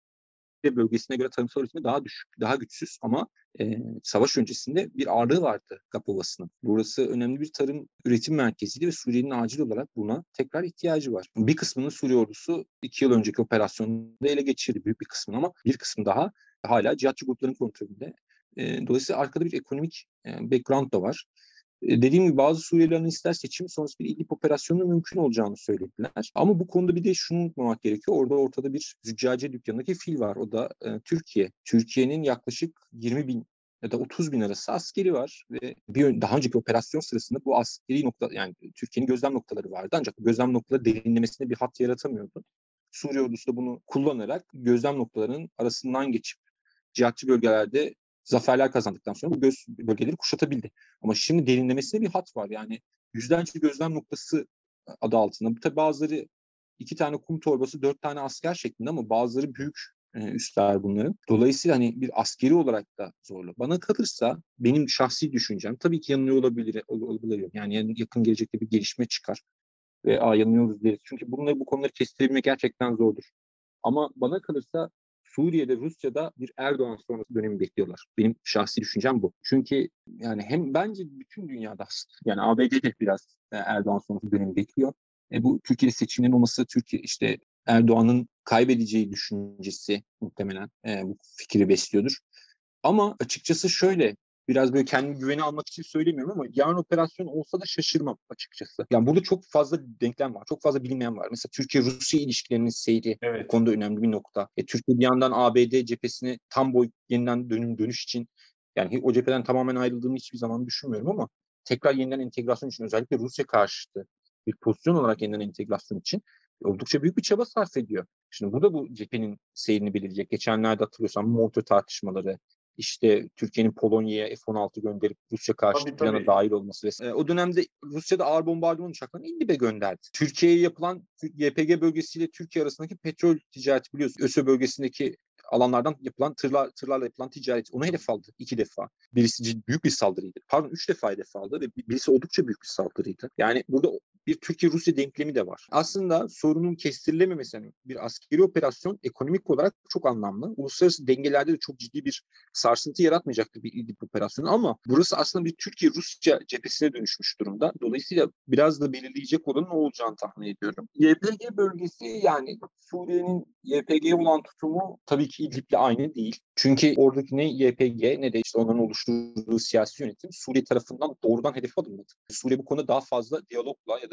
bölgesine göre tarımsal üretimi daha düşük, daha güçsüz ama savaş öncesinde bir ağırlığı vardı Gap Ovası'nın. Burası önemli bir tarım üretim merkeziydi ve Suriye'nin acil olarak buna tekrar ihtiyacı var. Bir kısmını Suriye ordusu 2 yıl önceki operasyonda ele geçirdi, büyük bir kısmını, ama bir kısmı daha hala cihatçı grupların kontrolünde. Dolayısıyla arkada bir ekonomik background da var. Dediğim gibi bazı Suriyeli analistler seçim sonrası bir İdlib operasyonunun mümkün olacağını söylediler. Ama bu konuda bir de şunu unutmamak gerekiyor. Ortada bir züccaciye dükkanındaki fil var. O da Türkiye. Türkiye'nin yaklaşık 20 bin ya da 30 bin arası askeri var ve daha önceki operasyon sırasında bu askeri nokta, yani Türkiye'nin gözlem noktaları vardı, ancak bu gözlem noktaları derinlemesine bir hat yaratamıyordu. Suriye ordusu da bunu kullanarak gözlem noktalarının arasından geçip cihatçı bölgelerde zaferler kazandıktan sonra bu bölgeleri kuşatabildi. Ama şimdi derinlemesine bir hat var. Yani yüzlerce gözlem noktası adı altında. Tabii bazıları 2 tane kum torbası, 4 tane asker şeklinde ama bazıları büyük üsler bunların. Dolayısıyla hani bir askeri olarak da zorlu. Bana kalırsa benim şahsi düşüncem, tabii ki yanılıyor olabilir. Yani yakın gelecekte bir gelişme çıkar ve yanılıyoruz deriz. Çünkü bu konuları kestirebilmek gerçekten zordur. Ama bana kalırsa Suriye'de, Rusya'da bir Erdoğan sonrası dönemi bekliyorlar. Benim şahsi düşüncem bu. Çünkü yani hem bence bütün dünyada, yani ABD'de biraz Erdoğan sonrası dönemi bekliyor. Bu Türkiye seçiminin olması, Türkiye işte Erdoğan'ın kaybedeceği düşüncesi muhtemelen bu fikri besliyordur. Ama açıkçası şöyle, biraz böyle kendimi güvene almak için söylemiyorum ama yarın operasyon olsa da şaşırmam açıkçası. Yani burada çok fazla denklem var, çok fazla bilinmeyen var. Mesela Türkiye-Rusya ilişkilerinin seyri bu konuda önemli bir nokta. Türkiye bir yandan ABD cephesine tam boy yeniden dönüş için, yani o cepheden tamamen ayrıldığını hiçbir zaman düşünmüyorum ama tekrar yeniden entegrasyon için, özellikle Rusya karşıtı bir pozisyon olarak yeniden entegrasyon için oldukça büyük bir çaba sarf ediyor. Şimdi bu da bu cephenin seyrini belirleyecek. Geçenlerde hatırlıyorsan Montreux tartışmaları, işte Türkiye'nin Polonya'ya F-16 gönderip Rusya karşıtı plana dahil olması vesaire. O dönemde Rusya'da ağır bombardıman uçaklarını İdlib'e gönderdi. Türkiye'ye yapılan YPG bölgesiyle Türkiye arasındaki petrol ticareti, biliyorsun. ÖSÖ bölgesindeki alanlardan yapılan tırlarla yapılan ticaret, onu hedef aldı 2 defa. Birisi büyük bir saldırıydı. Pardon, 3 defa hedef aldı ve birisi oldukça büyük bir saldırıydı. Yani burada bir Türkiye-Rusya denklemi de var. Aslında sorunun kestirilememesi, yani bir askeri operasyon ekonomik olarak çok anlamlı. Uluslararası dengelerde de çok ciddi bir sarsıntı yaratmayacaktır bir İdlib operasyonu ama burası aslında bir Türkiye-Rusya cephesine dönüşmüş durumda. Dolayısıyla biraz da belirleyecek olan ne olacağını tahmin ediyorum. YPG bölgesi, yani Suriye'nin YPG'ye olan tutumu tabii ki İdlib'le aynı değil. Çünkü oradaki ne YPG ne de işte onların oluşturduğu siyasi yönetim Suriye tarafından doğrudan hedef alınmadı. Suriye bu konuda daha fazla diyalogla ya da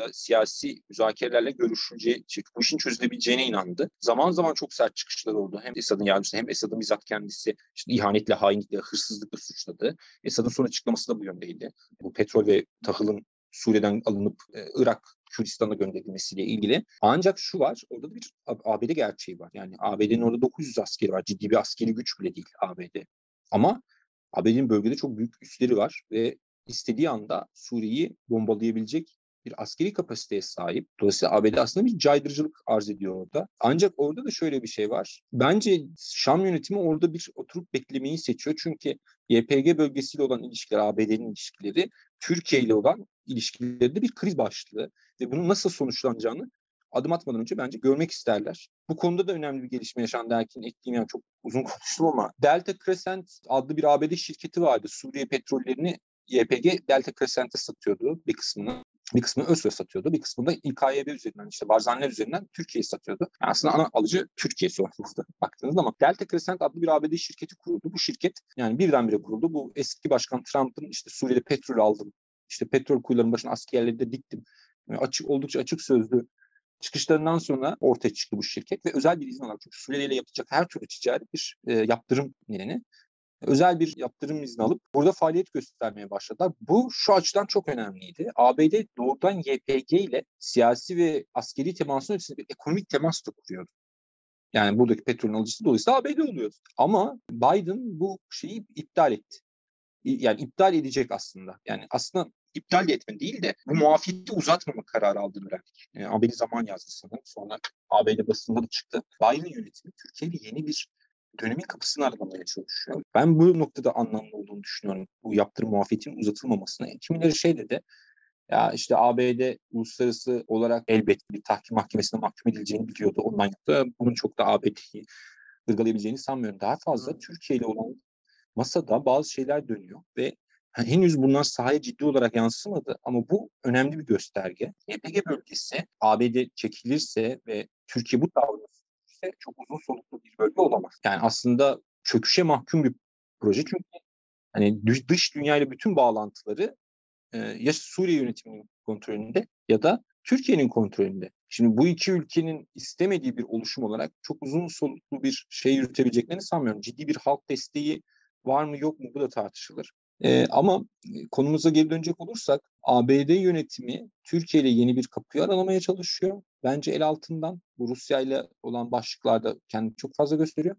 da siyasi müzakerelerle görüşüleceği, bu işin çözülebileceğine inandı. Zaman zaman çok sert çıkışlar oldu. Hem Esad'ın yardımcısı hem Esad'ın bizzat kendisi işte ihanetle, hainlikle, hırsızlıkla suçladı. Esad'ın son açıklaması da bu yöndeydi. Bu petrol ve tahılın Suriye'den alınıp Irak, Kürdistan'a gönderilmesiyle ilgili. Ancak şu var, orada da bir ABD gerçeği var. Yani ABD'nin orada 900 askeri var. Ciddi bir askeri güç bile değil ABD. Ama ABD'nin bölgede çok büyük üsleri var ve istediği anda Suriye'yi bombalayabilecek bir askeri kapasiteye sahip. Dolayısıyla ABD aslında bir caydırıcılık arz ediyor orada. Ancak orada da şöyle bir şey var. Bence Şam yönetimi orada bir oturup beklemeyi seçiyor. Çünkü YPG bölgesiyle olan ilişkiler, ABD'nin ilişkileri, Türkiye ile olan ilişkilerinde bir kriz başlığı ve bunun nasıl sonuçlanacağını adım atmadan önce bence görmek isterler. Bu konuda da önemli bir gelişme yaşandı. Erkin ekleyeyim, yani çok uzun konuştum ama Delta Crescent adlı bir ABD şirketi vardı. Suriye petrollerini YPG Delta Crescent'e satıyordu bir kısmını. Bir kısmını ÖSV'ye satıyordu. Bir kısmını da İKYB üzerinden, işte Barzaniler üzerinden Türkiye'ye satıyordu. Yani aslında ana alıcı Türkiye sonrasında baktığınızda, ama Delta Crescent adlı bir ABD şirketi kuruldu. Bu şirket yani birdenbire kuruldu. Bu eski başkan Trump'ın işte Suriye'de petrol aldım, İşte petrol kuyularının başına askerleri de diktim, yani oldukça açık sözlü çıkışlarından sonra ortaya çıktı bu şirket ve özel bir izin alarak, çünkü Suriye ile yapılacak her türlü ticari bir yaptırım nedeni özel bir yaptırım izni alıp burada faaliyet göstermeye başladılar. Bu şu açıdan çok önemliydi. ABD doğrudan YPG ile siyasi ve askeri temasın ötesinde bir ekonomik temas da kuruyordu. Yani buradaki petrolün alıcısı dolayısıyla ABD oluyor. Ama Biden bu şeyi iptal etti. Yani iptal edecek aslında. Yani aslında iptal etme değil de bu muafiyeti uzatmama kararı aldığını öğrendik. ABD zaman yazdı sanırım. Sonra ABD basında da çıktı. Biden yönetimi Türkiye'de yeni bir dönemin kapısını aralamaya çalışıyor. Ben bu noktada anlamlı olduğunu düşünüyorum. Bu yaptırım muafiyetinin uzatılmamasına. Kimileri şey dedi. Ya işte ABD uluslararası olarak elbette bir tahkim mahkemesine mahkum edileceğini biliyordu. Ondan yaptı. Bunun çok da ABD'yi ırgalayabileceğini sanmıyorum. Daha fazla Türkiye ile olan masada bazı şeyler dönüyor ve henüz bunlar sahaya ciddi olarak yansımadı, ama bu önemli bir gösterge. YPG bölgesi ABD çekilirse ve Türkiye bu tavrını sürdürürse çok uzun soluklu bir bölge olamaz. Yani aslında çöküşe mahkum bir proje, çünkü hani dış dünyayla bütün bağlantıları ya Suriye yönetiminin kontrolünde ya da Türkiye'nin kontrolünde. Şimdi bu iki ülkenin istemediği bir oluşum olarak çok uzun soluklu bir şey yürütebileceklerini sanmıyorum. Ciddi bir halk desteği var mı yok mu, bu da tartışılır. Ama konumuza geri dönecek olursak, ABD yönetimi Türkiye ile yeni bir kapıyı aralamaya çalışıyor. Bence el altından bu Rusya ile olan başlıklarda kendini çok fazla gösteriyor.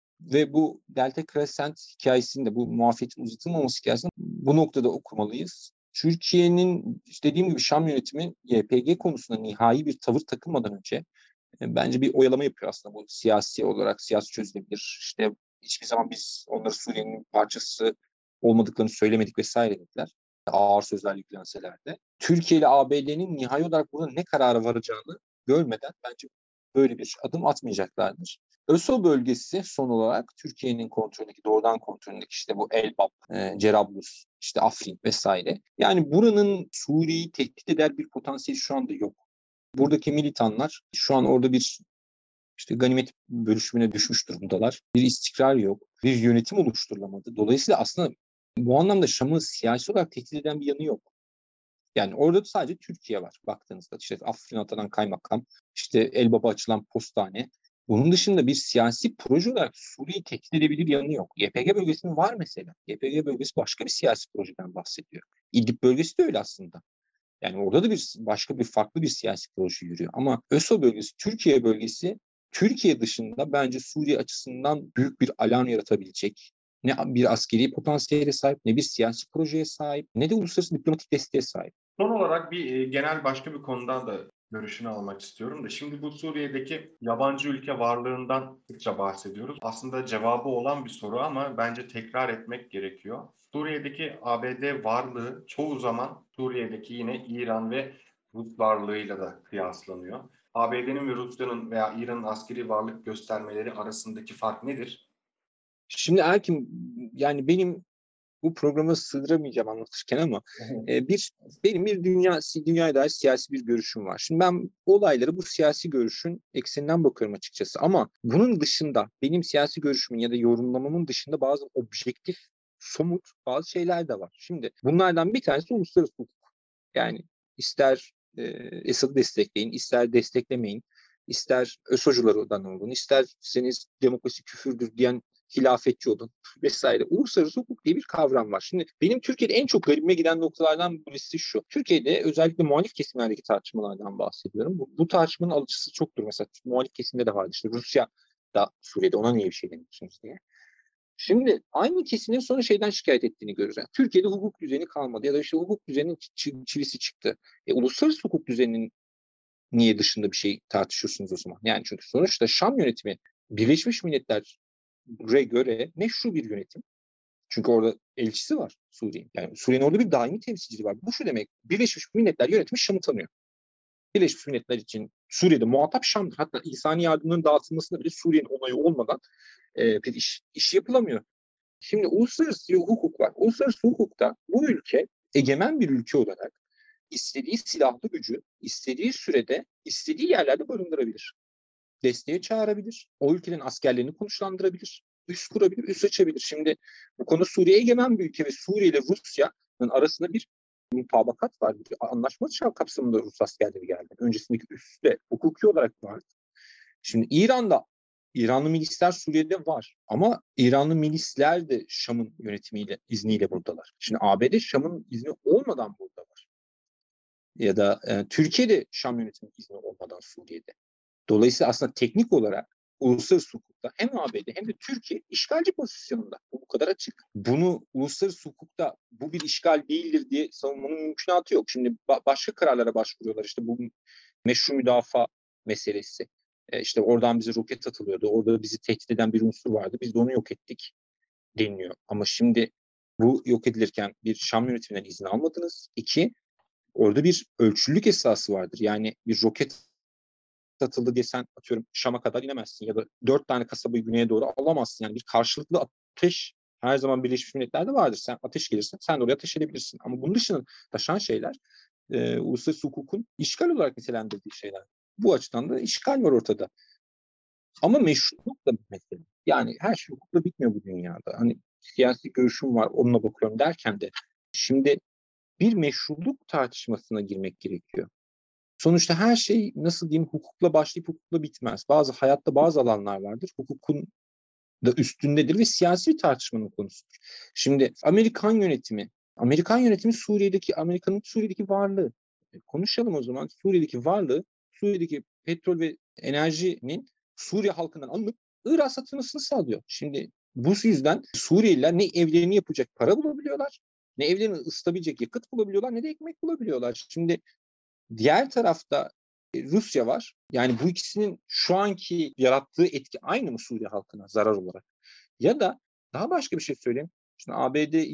Ve bu Delta Crescent hikayesinde, bu muafiyetin uzatılmaması hikayesinde bu noktada okumalıyız. Türkiye'nin dediğim gibi Şam yönetimi YPG konusunda nihai bir tavır takılmadan önce bence bir oyalama yapıyor aslında. Bu siyasi olarak siyasi çözülebilir. İşte hiçbir zaman biz onları Suriye'nin parçası olmadıklarını söylemedik vesaire dediler. Ağır sözler yüklenseler de. Türkiye ile ABD'nin nihai olarak burada ne karara varacağını görmeden bence böyle bir adım atmayacaklardır. ÖSO bölgesi son olarak Türkiye'nin kontrolündeki, doğrudan kontrolündeki işte bu Elbap, Cerablus, işte Afrin vesaire. Yani buranın Suriye'yi tehdit eder bir potansiyeli şu anda yok. Buradaki militanlar şu an orada bir işte ganimet bölüşümüne düşmüş durumdalar. Bir istikrar yok. Bir yönetim oluşturulamadı. Dolayısıyla aslında bu anlamda Şam'ı siyasi olarak tehdit eden bir yanı yok. Yani orada sadece Türkiye var baktığınızda. İşte Afrin atanan kaymakam, işte Elbap'a açılan postane. Bunun dışında bir siyasi proje olarak Suriye'yi tehdit edebilir yanı yok. YPG bölgesinin var mesela. YPG bölgesi başka bir siyasi projeden bahsediyor. İdlib bölgesi de öyle aslında. Yani orada da başka bir farklı bir siyasi proje yürüyor. Ama ÖSO bölgesi, Türkiye bölgesi, Türkiye dışında bence Suriye açısından büyük bir alarm yaratabilecek ne bir askeri potansiyele sahip, ne bir siyasi projeye sahip, ne de uluslararası diplomatik desteğe sahip. Son olarak bir genel başka bir konudan da görüşünü almak istiyorum da, şimdi bu Suriye'deki yabancı ülke varlığından sıkça bahsediyoruz. Aslında cevabı olan bir soru ama bence tekrar etmek gerekiyor. Suriye'deki ABD varlığı çoğu zaman Suriye'deki yine İran ve Rus varlığıyla da kıyaslanıyor. ABD'nin ve Rusya'nın veya İran'ın askeri varlık göstermeleri arasındaki fark nedir? Şimdi Erkin, yani benim bu programa sığdıramayacağım anlatırken ama benim bir dünyaya dair siyasi bir görüşüm var. Şimdi ben olayları bu siyasi görüşün ekseninden bakıyorum açıkçası. Ama bunun dışında, benim siyasi görüşümün ya da yorumlamamın dışında bazı objektif, somut bazı şeyler de var. Şimdi bunlardan bir tanesi uluslararası hukuk. Yani ister Esad'ı destekleyin, ister desteklemeyin, ister ÖSO'culardan olun, isterseniz demokrasi küfürdür diyen hilafetçi olun vesaire. Uluslararası hukuk diye bir kavram var. Şimdi benim Türkiye'de en çok garibime giden noktalardan birisi şu. Türkiye'de özellikle muhalif kesimlerdeki tartışmalardan bahsediyorum. Bu tartışmanın alıcısı çoktur. Mesela muhalif kesimde de vardı. İşte Rusya da Suriye'de ona niye bir şey demiyorsunuz diye. Şimdi aynı kesimin sonra şeyden şikayet ettiğini görürüz. Yani Türkiye'de hukuk düzeni kalmadı ya da işte hukuk düzeninin çivisi çıktı. Uluslararası hukuk düzeninin niye dışında bir şey tartışıyorsunuz o zaman? Yani çünkü sonuçta Şam yönetimi Birleşmiş Milletler'e göre meşru bir yönetim. Çünkü orada elçisi var Suriye'nin. Yani Suriye'nin orada bir daimi temsilciliği var. Bu şu demek, Birleşmiş Milletler yönetimi Şam'ı tanıyor. Birleşmiş Milletler için Suriye'de muhatap Şam'dır. Hatta insani yardımların dağıtılmasında bile Suriye'nin onayı olmadan bir iş yapılamıyor. Şimdi uluslararası hukuk var. Uluslararası hukukta bu ülke egemen bir ülke olarak istediği silahlı gücü istediği sürede istediği yerlerde barındırabilir. Desteğe çağırabilir. O ülkenin askerlerini konuşlandırabilir. Üs kurabilir, üs açabilir. Şimdi bu konu Suriye egemen bir ülke ve Suriye ile Rusya'nın arasında bir mutabakat var. Bir anlaşma kapsamında Rus askerleri geldi. Öncesindeki üstte hukuki olarak vardı. Şimdi İranlı milisler Suriye'de var ama İranlı milisler de Şam'ın yönetimiyle, izniyle buradalar. Şimdi ABD Şam'ın izni olmadan burada var. Ya da Türkiye'de Şam yönetiminin izni olmadan Suriye'de. Dolayısıyla aslında teknik olarak uluslararası hukukta hem ABD hem de Türkiye işgalci pozisyonunda. Bu kadar açık. Bunu uluslararası hukukta bu bir işgal değildir diye savunmanın mümkünatı yok. Şimdi başka kararlara başvuruyorlar. İşte bu meşru müdafaa meselesi. İşte oradan bize roket atılıyordu. Orada bizi tehdit eden bir unsur vardı. Biz de onu yok ettik deniliyor. Ama şimdi bu yok edilirken bir Şam yönetiminden izin almadınız. İki, orada bir ölçülülük esası vardır. Yani bir roket atıldı diye sen atıyorum Şam'a kadar inemezsin ya da 4 tane kasabayı güneye doğru alamazsın. Yani bir karşılıklı ateş her zaman Birleşmiş Milletler'de vardır. Sen ateş gelirsin, sen de oraya ateş edebilirsin. Ama bunun dışında taşan şeyler uluslararası hukukun işgal olarak nitelendirdiği şeyler. Bu açıdan da işgal var ortada. Ama meşruluk da bir mesele. Yani her şey hukukla bitmiyor bu dünyada. Hani siyasi görüşüm var, onunla bakıyorum derken de şimdi bir meşruluk tartışmasına girmek gerekiyor. Sonuçta her şey nasıl diyeyim hukukla başlayıp hukukla bitmez. Hayatta bazı alanlar vardır. Hukukun da üstündedir ve siyasi bir tartışmanın konusudur. Şimdi Amerikan yönetimi Amerika'nın Suriye'deki varlığı. Konuşalım o zaman. Suriye'deki varlığı, Suriye'deki petrol ve enerjinin Suriye halkından alınıp Irak'a satılmasını sağlıyor. Şimdi bu yüzden Suriyeliler ne evlerini yapacak para bulabiliyorlar, ne evlerini ısıtabilecek yakıt bulabiliyorlar, ne de ekmek bulabiliyorlar. Şimdi diğer tarafta Rusya var. Yani bu ikisinin şu anki yarattığı etki aynı mı Suriye halkına zarar olarak? Ya da daha başka bir şey söyleyeyim. Şimdi ABD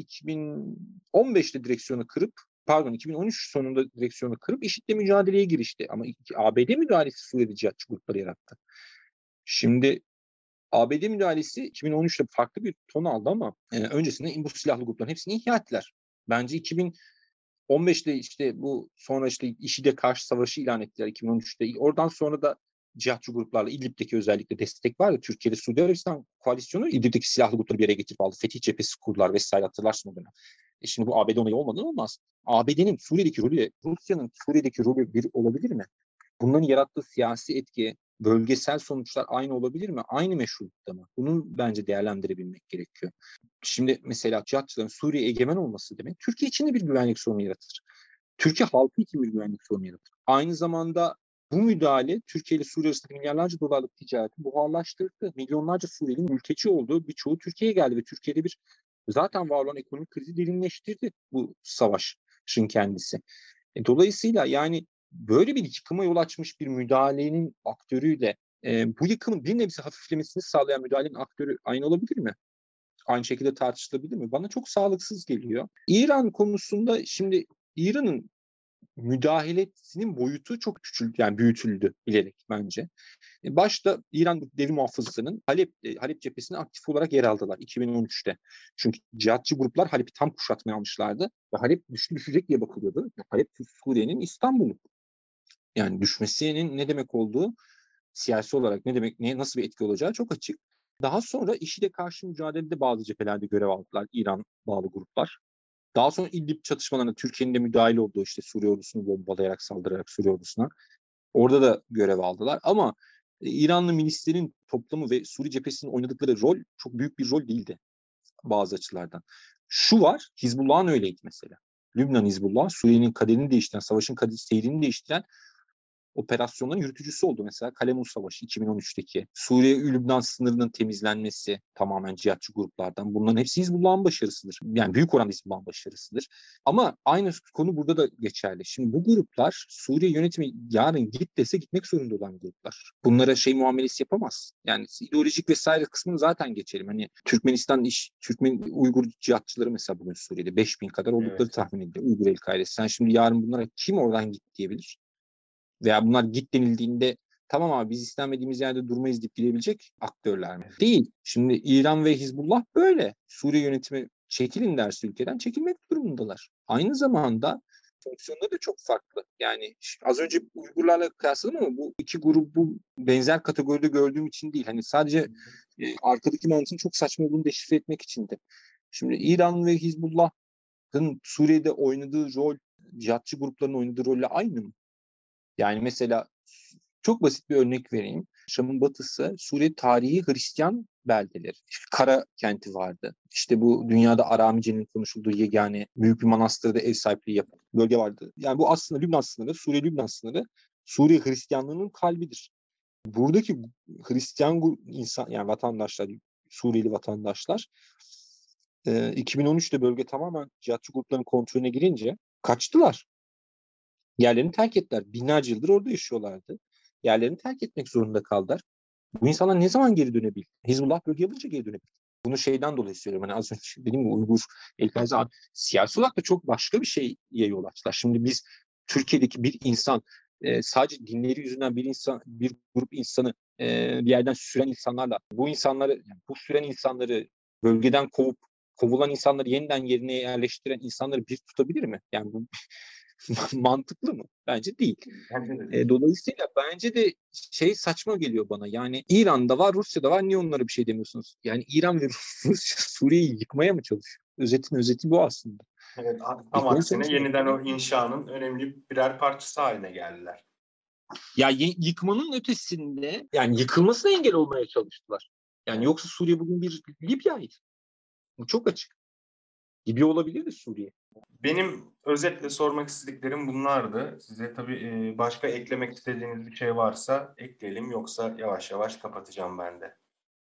2015'te direksiyonu kırıp 2013 sonunda direksiyonu kırıp IŞİD'le mücadeleye girişti. Ama ABD müdahalesi Suriye'de cihatçı grupları yarattı. Şimdi ABD müdahalesi 2013'te farklı bir ton aldı ama öncesinde bu silahlı grupların hepsini ihya ettiler. Bence 2015'te işte bu sonra işte IŞİD'e karşı savaşı ilan ettiler 2013'te. Oradan sonra da cihatçı gruplarla İdlib'deki özellikle destek vardı. Türkiye'de Suudi Arabistan koalisyonu İdlib'deki silahlı grupları bir yere getirip aldı. Fetih cephesi kurdular vesaire hatırlarsın o dönem. Şimdi bu ABD onayı olmadan olmaz. ABD'nin Suriye'deki rolü, Rusya'nın Suriye'deki rolü bir olabilir mi? Bunların yarattığı siyasi etki, bölgesel sonuçlar aynı olabilir mi? Aynı meşrulukta mı? Bunu bence değerlendirebilmek gerekiyor. Şimdi mesela cihatçıların Suriye egemen olması demek Türkiye için de bir güvenlik sorunu yaratır. Türkiye halkı için bir güvenlik sorunu yaratır. Aynı zamanda bu müdahale Türkiye ile Suriye arasındaki milyarlarca dolarlık ticareti buharlaştırdı. Milyonlarca Suriyeli mülteci oldu. Birçoğu Türkiye'ye geldi ve Türkiye'de bir zaten var olan ekonomik krizi derinleştirdi bu savaşın kendisi. Dolayısıyla yani böyle bir yıkıma yol açmış bir müdahalenin aktörüyle bu yıkımın bir nebze hafiflemesini sağlayan müdahalenin aktörü aynı olabilir mi? Aynı şekilde tartışılabilir mi? Bana çok sağlıksız geliyor. İran konusunda şimdi İran'ın müdahalesinin boyutu çok küçüldü, yani büyütüldü bilerek bence. Başta İran Devrim Muhafızası'nın Halep cephesine aktif olarak yer aldılar 2013'te. Çünkü cihatçı gruplar Halep'i tam kuşatmaya almışlardı ve Halep düşecek diye bakılıyordu. Halep Suriye'nin İstanbul'u. Yani düşmesinin ne demek olduğu siyasi olarak nasıl bir etki olacağı çok açık. Daha sonra IŞİD'e karşı mücadelede bazı cephelerde görev aldılar İran bağlı gruplar. Daha sonra İdlib çatışmalarında Türkiye'nin de müdahil olduğu, işte Suriye ordusunu bombalayarak, saldırarak Suriye ordusuna. Orada da görev aldılar. Ama İranlı milislerin toplamı ve Suriye cephesinin oynadıkları rol çok büyük bir rol değildi bazı açılardan. Şu var, Hizbullah'ın öyleydi mesela. Lübnan Hizbullah, Suriye'nin kaderini değiştiren, savaşın seyrini değiştiren operasyonların yürütücüsü oldu. Mesela Kalemus Savaşı 2013'teki. Suriye-Lübnan sınırının temizlenmesi tamamen cihatçı gruplardan. Bunların hepsi Hizbullah'ın başarısıdır. Yani büyük oranda Hizbullah'ın başarısıdır. Ama aynı konu burada da geçerli. Şimdi bu gruplar Suriye yönetimi yarın git dese gitmek zorunda olan gruplar. Bunlara muamelesi yapamaz. Yani ideolojik vesaire kısmını zaten geçelim. Hani Türkmen Uygur cihatçıları mesela bugün Suriye'de 5.000 kadar oldukları tahmin ediliyor. Uygur El-Kaidesi. Sen şimdi yarın bunlara kim oradan git diyebilir? Veya bunlar git denildiğinde tamam abi biz istenmediğimiz yerde durmayız deyip gidebilecek aktörler mi? Değil. Şimdi İran ve Hizbullah böyle. Suriye yönetimi çekilin derse ülkeden çekilmek durumundalar. Aynı zamanda fonksiyonları da çok farklı. Yani az önce Uygurlarla kıyasladım ama bu iki grubu benzer kategoride gördüğüm için değil. Hani sadece arkadaki mantığın çok saçma olduğunu deşifre etmek için de. Şimdi İran ve Hizbullah'ın Suriye'de oynadığı rol, cihatçı grupların oynadığı rolle aynı mı? Yani mesela çok basit bir örnek vereyim. Şam'ın batısı Suriye tarihi Hristiyan beldeleri. Kara kenti vardı. İşte bu dünyada Aramice'nin konuşulduğu yegane büyük bir manastırda ev sahipliği yapan bölge vardı. Yani bu aslında Lübnan sınırı, Suriye-Lübnan sınırı Suriye Hristiyanlığının kalbidir. Buradaki Hristiyan insan yani vatandaşlar, Suriyeli vatandaşlar 2013'te bölge tamamen cihatçı grupların kontrolüne girince kaçtılar. Yerlerini terk ettiler. Binlerce yıldır orada yaşıyorlardı. Yerlerini terk etmek zorunda kaldılar. Bu insanlar ne zaman geri dönebilir? Hizbullah bölge alınca geri dönebilir. Bunu şeyden dolayı söylüyorum. Hani az önce dediğim gibi Uygur, El-Kaide siyasi olarak da çok başka bir şeye yol açtılar. Şimdi biz Türkiye'deki bir insan sadece dinleri yüzünden bir grup insanı bir yerden süren insanlarla bu süren insanları bölgeden kovulan insanları yeniden yerine yerleştiren insanları bir tutabilir mi? Yani bu mantıklı mı? Bence değil. Dolayısıyla bence de saçma geliyor bana. Yani İran'da var, Rusya'da var. Niye onlara bir şey demiyorsunuz? Yani İran ve Rusya Suriye'yi yıkmaya mı çalışıyor? Özeti bu aslında. Evet, tam Yıkmaya aksine çalışıyor. yeniden o inşanın önemli birer parçası haline geldiler. Ya yıkmanın ötesinde yani yıkılmasına engel olmaya çalıştılar. Yani yoksa Suriye bugün bir Libya'ydı. Bu çok açık. Libya olabilirdi Suriye. Benim özetle sormak istediklerim bunlardı. Size tabii başka eklemek istediğiniz bir şey varsa ekleyelim, yoksa yavaş yavaş kapatacağım ben de.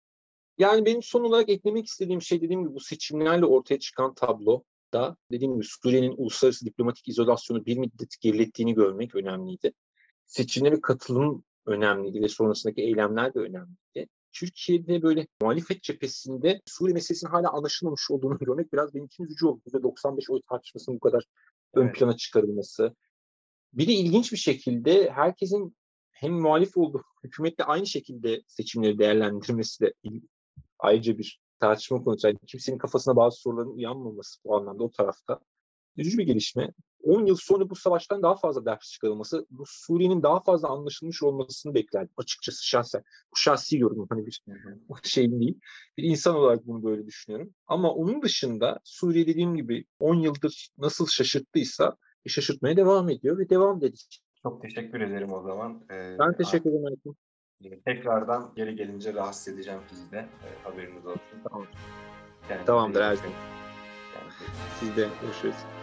Yani benim son olarak eklemek istediğim şey dediğim gibi bu seçimlerle ortaya çıkan tabloda dediğim gibi Suriye'nin uluslararası diplomatik izolasyonu bir müddet gerilettiğini görmek önemliydi. Seçimlere katılım önemliydi ve sonrasındaki eylemler de önemliydi. Türkiye'de böyle muhalefet cephesinde Suriye meselesinin hala anlaşılmamış olduğunu görmek biraz benim için üzücü oldu. %95 oy tartışmasının bu kadar ön plana çıkarılması. Bir de ilginç bir şekilde herkesin hem muhalif olduğu hükümetle aynı şekilde seçimleri değerlendirmesi de ayrıca bir tartışma konusu. Yani kimsenin kafasına bazı soruların uyanmaması bu anlamda o tarafta. Üzücü bir gelişme. 10 yıl sonra bu savaştan daha fazla ders çıkarılması, bu Suriye'nin daha fazla anlaşılmış olmasını beklerdim açıkçası şahsen. Bu şahsi yorumum hani bir şey değil. Bir insan olarak bunu böyle düşünüyorum. Ama onun dışında Suriye dediğim gibi 10 yıldır nasıl şaşırttıysa şaşırtmaya devam ediyor ve devam edecek. Çok teşekkür ederim o zaman. Ben teşekkür ederim. Tekrardan geri gelince rahatsız edeceğim sizi de. Haberiniz olsun. Tamam. Kendinize iyi Tamamdır her bakın. zaman. Kendinize iyi bakın. Siz de görüşürüz.